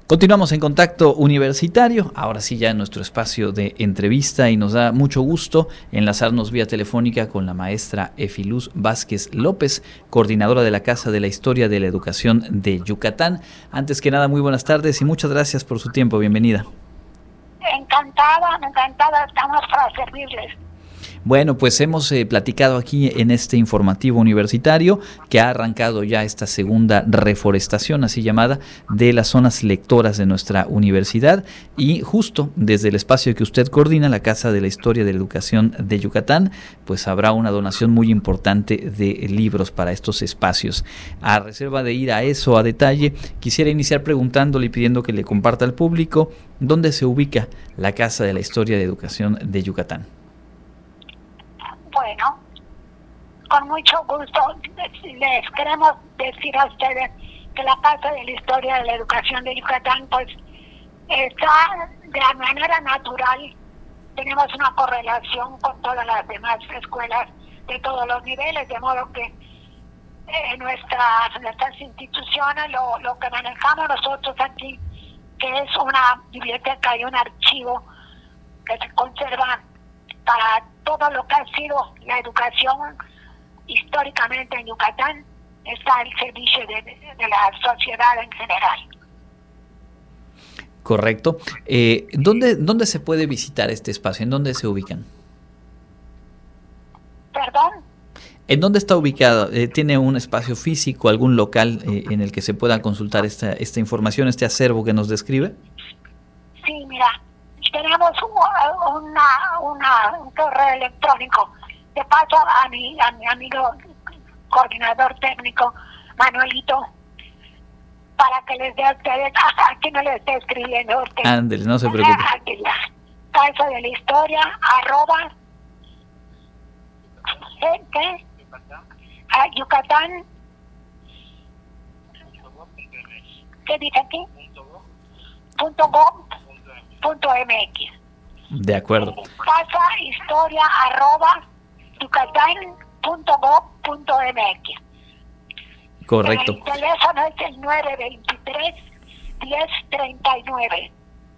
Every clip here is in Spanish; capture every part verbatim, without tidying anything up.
Continuamos en Contacto Universitario, ahora sí ya en nuestro espacio de entrevista, y nos da mucho gusto enlazarnos vía telefónica con la maestra Efiluz Vázquez López, coordinadora de la Casa de la Historia de la Educación de Yucatán. Antes que nada, muy buenas tardes y muchas gracias por su tiempo, bienvenida. Encantada, encantada, estamos para servirles. Bueno, pues hemos eh, platicado aquí en este informativo universitario que ha arrancado ya esta segunda reforestación, así llamada, de las zonas lectoras de nuestra universidad, y justo desde el espacio que usted coordina, la Casa de la Historia de la Educación de Yucatán, pues habrá una donación muy importante de libros para estos espacios. A reserva de ir a eso a detalle, quisiera iniciar preguntándole y pidiendo que le comparta al público dónde se ubica la Casa de la Historia de Educación de Yucatán. Bueno, con mucho gusto les queremos decir a ustedes que la Casa de la Historia de la Educación de Yucatán pues está de manera natural, tenemos una correlación con todas las demás escuelas de todos los niveles, de modo que eh, nuestras, nuestras instituciones, lo, lo que manejamos nosotros aquí, que es una biblioteca y un archivo que se conservan para todo lo que ha sido la educación históricamente en Yucatán, está al servicio de, de la sociedad en general. Correcto. Eh, ¿dónde, ¿Dónde se puede visitar este espacio? ¿En dónde se ubican? ¿Perdón? ¿En dónde está ubicado? Eh, ¿Tiene un espacio físico, algún local eh, en el que se pueda consultar esta, esta información, este acervo que nos describe? Sí, mira, tenemos un, una, una, un correo electrónico. De paso a mi, a mi amigo coordinador técnico, Manuelito, para que les dé a ustedes, aquí no les esté escribiendo a ustedes. Ándale, no se preocupe. Aquí la Casa de la Historia, arroba, ¿eh? ¿Qué? Ah, Yucatán. ¿Qué dice aquí? Punto gov. Punto mx. De acuerdo. Casa historia arroba yucatán punto gov punto mx. Correcto. El teléfono es el nueve veintitrés diez treinta y nueve.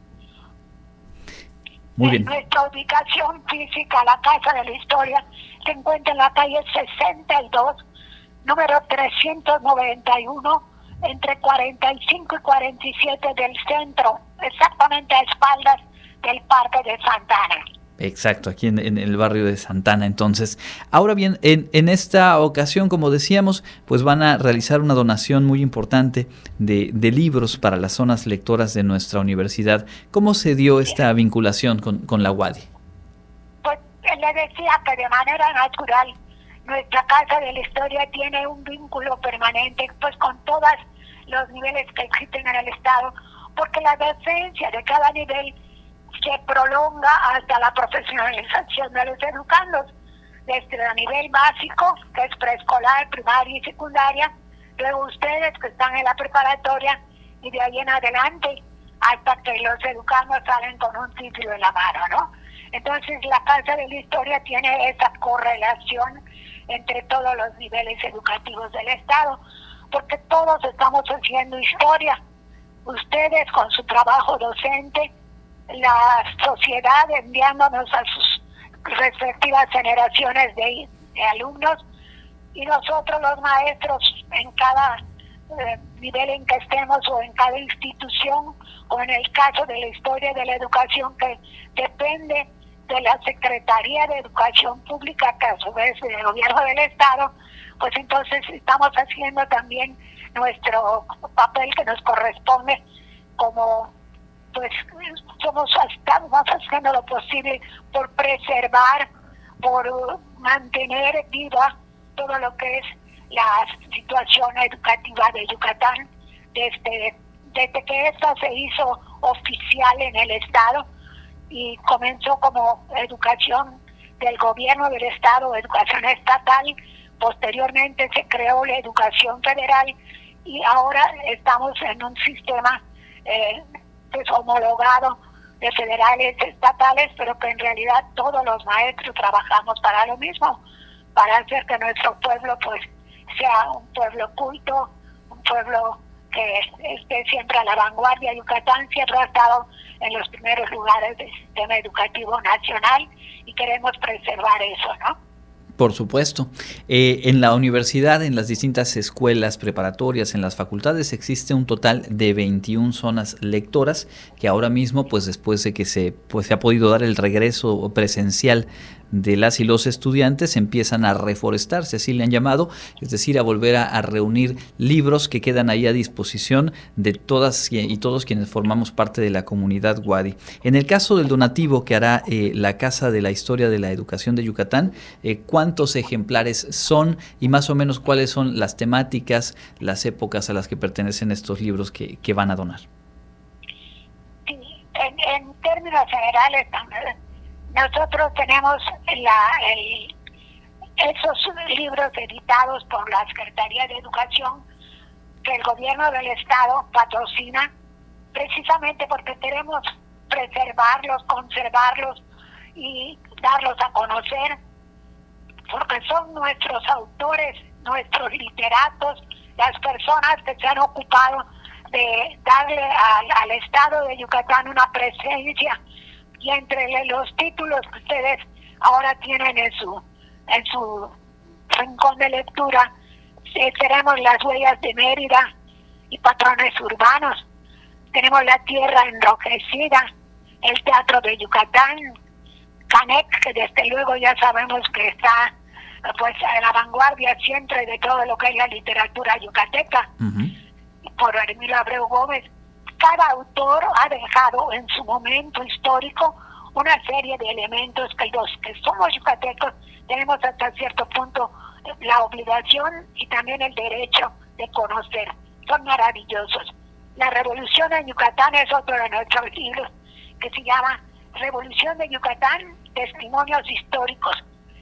Muy bien. Nuestra ubicación física, la Casa de la Historia, se encuentra en la calle sesenta y dos, número trescientos noventa y uno, entre cuarenta y cinco y cuarenta y siete del centro, exactamente a espaldas del Parque de Santana. Exacto, aquí en, en el barrio de Santana. Entonces, ahora bien, en, en esta ocasión, como decíamos, pues van a realizar una donación muy importante de, de libros para las zonas lectoras de nuestra universidad. ¿Cómo se dio esta vinculación con, con la U A D I? Pues le decía que de manera natural nuestra Casa de la Historia tiene un vínculo permanente pues con todos los niveles que existen en el Estado, porque la docencia de cada nivel se prolonga hasta la profesionalización de los educandos, desde el nivel básico, que es preescolar, primaria y secundaria, luego ustedes que están en la preparatoria, y de ahí en adelante hasta que los educandos salen con un título en la mano, ¿no? Entonces la Casa de la Historia tiene esa correlación entre todos los niveles educativos del Estado, porque todos estamos haciendo historia, ustedes con su trabajo docente, la sociedad enviándonos a sus respectivas generaciones de, de alumnos, y nosotros los maestros en cada eh, nivel en que estemos o en cada institución, o en el caso de la historia de la educación que depende de la Secretaría de Educación Pública, que a su vez es del Gobierno del Estado, pues entonces estamos haciendo también nuestro papel que nos corresponde como, pues somos, estamos haciendo lo posible por preservar, por mantener viva todo lo que es la situación educativa de Yucatán, desde, desde que esta se hizo oficial en el Estado y comenzó como educación del gobierno del Estado, educación estatal, posteriormente se creó la educación federal y ahora estamos en un sistema eh, pues homologado de federales, estatales, pero que en realidad todos los maestros trabajamos para lo mismo, para hacer que nuestro pueblo pues sea un pueblo culto, un pueblo que esté siempre a la vanguardia. Yucatán siempre ha estado en los primeros lugares del sistema educativo nacional y queremos preservar eso, ¿no? Por supuesto. Eh, en la universidad, en las distintas escuelas preparatorias, en las facultades, existe un total de veintiuna zonas lectoras que ahora mismo, pues después de que se, pues, se ha podido dar el regreso presencial de las y los estudiantes, empiezan a reforestarse, así le han llamado, es decir, a volver a, a reunir libros que quedan ahí a disposición de todas y todos quienes formamos parte de la comunidad Wadi. En el caso del donativo que hará eh, la Casa de la Historia de la Educación de Yucatán, eh, ¿cuántos ejemplares son y más o menos cuáles son las temáticas, las épocas a las que pertenecen estos libros que, que van a donar? Sí, en, en términos generales también. Nosotros tenemos la, el, esos libros editados por la Secretaría de Educación que el gobierno del estado patrocina precisamente porque queremos preservarlos, conservarlos y darlos a conocer, porque son nuestros autores, nuestros literatos, las personas que se han ocupado de darle al, al estado de Yucatán una presencia. Y entre los títulos que ustedes ahora tienen en su en su rincón de lectura, eh, tenemos Las Huellas de Mérida y Patrones Urbanos, tenemos La Tierra Enrojecida, el Teatro de Yucatán, Canec, que desde luego ya sabemos que está pues a la vanguardia siempre de todo lo que es la literatura yucateca, uh-huh. por Hermilo Abreu Gómez. Cada autor ha dejado en su momento histórico una serie de elementos que los que somos yucatecos tenemos hasta cierto punto la obligación y también el derecho de conocer. Son maravillosos. La Revolución en Yucatán es otro de nuestros libros que se llama Revolución de Yucatán, Testimonios Históricos.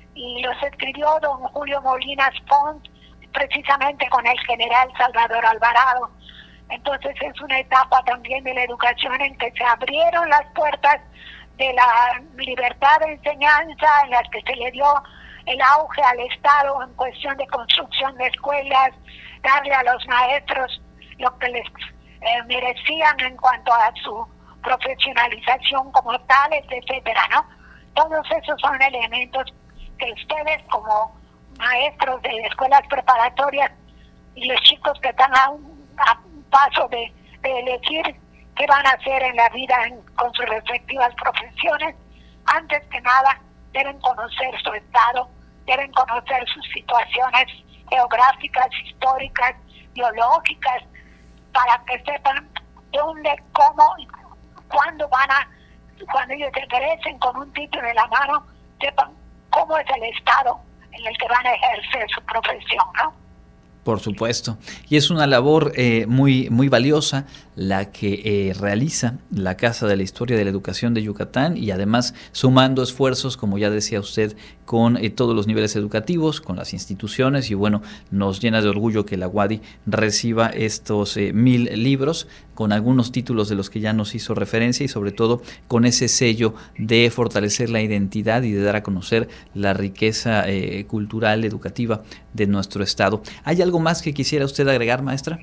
Y los escribió don Julio Molinas Font, precisamente con el general Salvador Alvarado. Entonces es una etapa también de la educación en que se abrieron las puertas de la libertad de enseñanza, en las que se le dio el auge al Estado en cuestión de construcción de escuelas, darle a los maestros lo que les eh, merecían en cuanto a su profesionalización como tales, etcétera, ¿no? Todos esos son elementos que ustedes como maestros de escuelas preparatorias y los chicos que están a un, a paso de, de elegir qué van a hacer en la vida en, con sus respectivas profesiones, antes que nada deben conocer su estado, deben conocer sus situaciones geográficas, históricas, biológicas, para que sepan dónde, cómo y cuándo van a, cuando ellos regresen con un título en la mano, sepan cómo es el estado en el que van a ejercer su profesión, ¿no? Por supuesto. Y es una labor eh, muy, muy valiosa la que eh, realiza la Casa de la Historia de la Educación de Yucatán y además sumando esfuerzos, como ya decía usted, con eh, todos los niveles educativos, con las instituciones y bueno, nos llena de orgullo que la Wadi reciba estos eh, mil libros con algunos títulos de los que ya nos hizo referencia y sobre todo con ese sello de fortalecer la identidad y de dar a conocer la riqueza eh, cultural, educativa de nuestro estado. ¿Hay algo más que quisiera usted agregar, maestra?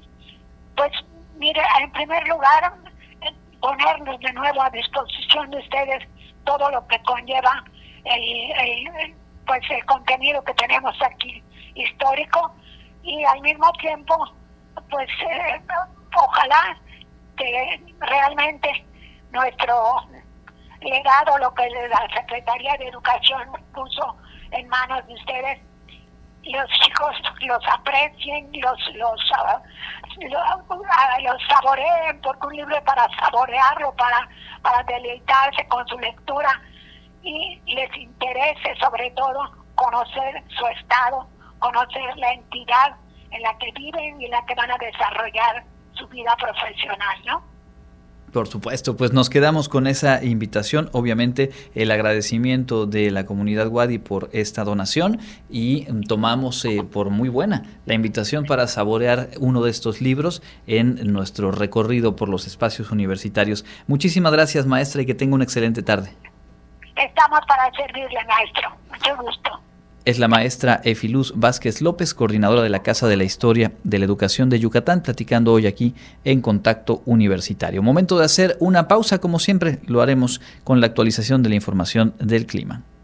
Pues mire, en primer lugar, ponernos de nuevo a disposición de ustedes todo lo que conlleva el, el, pues el contenido que tenemos aquí histórico y al mismo tiempo, pues eh, ojalá que realmente nuestro legado, lo que la Secretaría de Educación puso en manos de ustedes, los chicos los aprecien, los los, uh, los, uh, los saboreen, porque un libro es para saborearlo, para, para deleitarse con su lectura y les interese sobre todo conocer su estado, conocer la entidad en la que viven y en la que van a desarrollar su vida profesional, ¿no? Por supuesto, pues nos quedamos con esa invitación, obviamente el agradecimiento de la comunidad Wadi por esta donación y tomamos eh, por muy buena la invitación para saborear uno de estos libros en nuestro recorrido por los espacios universitarios. Muchísimas gracias, maestra, y que tenga una excelente tarde. Estamos para servirle, maestro. Mucho gusto. Es la maestra Efiluz Vázquez López, coordinadora de la Casa de la Historia de la Educación de Yucatán, platicando hoy aquí en Contacto Universitario. Momento de hacer una pausa, como siempre lo haremos con la actualización de la información del clima.